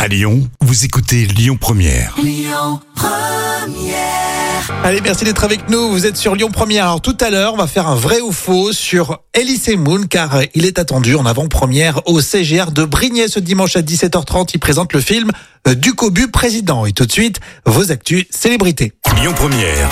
À Lyon, vous écoutez Lyon Première. Allez, merci d'être avec nous. Vous êtes sur Lyon Première. Alors tout à l'heure, on va faire un vrai ou faux sur Elise Moon, car il est attendu en avant-première au CGR de Brignais ce dimanche à 17h30. Il présente le film Du Cobu Président. Et tout de suite, vos actus célébrités. Lyon Première.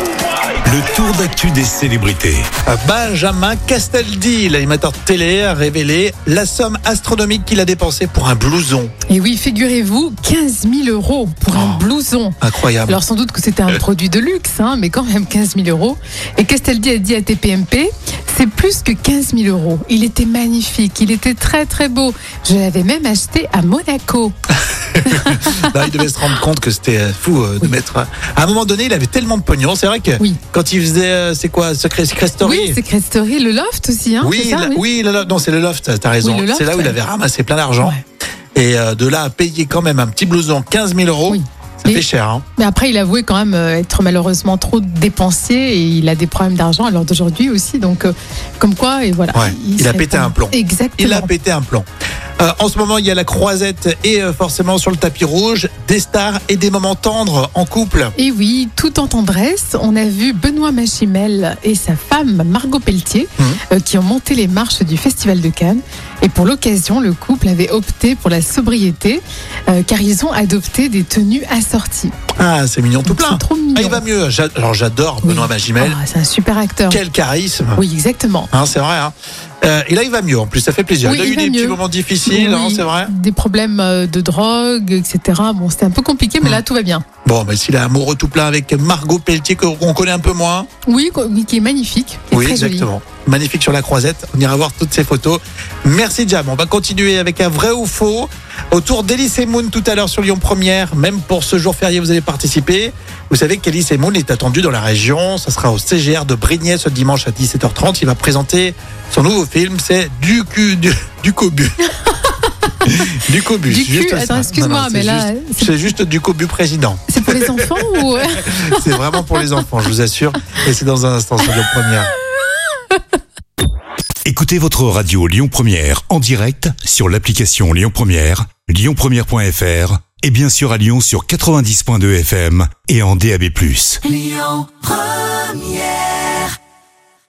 Le tour d'actu des célébrités. Benjamin Castaldi, l'animateur de télé, a révélé la somme astronomique qu'il a dépensée pour un blouson. Et oui, figurez-vous, 15 000 € pour un blouson. Incroyable. Alors sans doute que c'était un produit de luxe, mais quand même 15 000 €. Et Castaldi a dit à TPMP, c'est plus que 15 000 €. Il était magnifique, il était très très beau. Je l'avais même acheté à Monaco. Là, il devait se rendre compte que c'était fou de mettre. À un moment donné, il avait tellement de pognon. C'est vrai que quand il faisait, c'est quoi, Secret Story. Oui, Secret Story, le loft aussi. Oui, c'est ça, non, c'est le loft. T'as raison. Oui, le loft, c'est là où il avait ramassé plein d'argent. Ouais. Et de là à payer quand même un petit blouson 15 000 €. Oui. Ça fait cher. Mais après, il avouait quand même être malheureusement trop dépensier et il a des problèmes d'argent à l'heure d'aujourd'hui aussi. Donc, comme quoi, et voilà. Ouais, il a pété un plomb. Exactement. Il a pété un plomb. En ce moment, il y a la croisette et forcément sur le tapis rouge, des stars et des moments tendres en couple. Et oui, tout en tendresse, on a vu Benoît Magimel et sa femme Margot Pelletier qui ont monté les marches du Festival de Cannes. Et pour l'occasion, le couple avait opté pour la sobriété car ils ont adopté des tenues assorties. Ah, c'est mignon tout plein. C'est trop mignon. Ah, il va mieux. Alors j'adore Benoît Magimel. Ah, c'est un super acteur. Quel charisme. Oui, exactement. C'est vrai. Et là, il va mieux. En plus, ça fait plaisir. Oui, il a eu des petits moments difficiles, c'est vrai. Des problèmes de drogue, etc. Bon, c'était un peu compliqué, mais là, tout va bien. Bon, mais s'il est amoureux tout plein avec Margot Pelletier, qu'on connaît un peu moins. Oui, qui est magnifique. Qui est Oui, très exactement. jolie. Magnifique sur la croisette. On ira voir toutes ces photos. Merci, Jam. On va continuer avec un vrai ou faux autour d'Elise Moon tout à l'heure sur Lyon Première. Même pour ce jour férié, vous allez participer. Vous savez qu'Elise Moon est attendu dans la région. Ça sera au CGR de Brignais ce dimanche à 17h30. Il va présenter son nouveau film. C'est Du Cobu. Du Cobu. Du cul, attends, excuse-moi, mais là. C'est juste Du Cobu Président. C'est pour les enfants ou. C'est vraiment pour les enfants, je vous assure. Et c'est dans un instant sur Lyon Première. Écoutez votre radio Lyon Première en direct sur l'application Lyon Première, lyonpremière.fr et bien sûr à Lyon sur 90.2 FM et en DAB+. Lyon Première.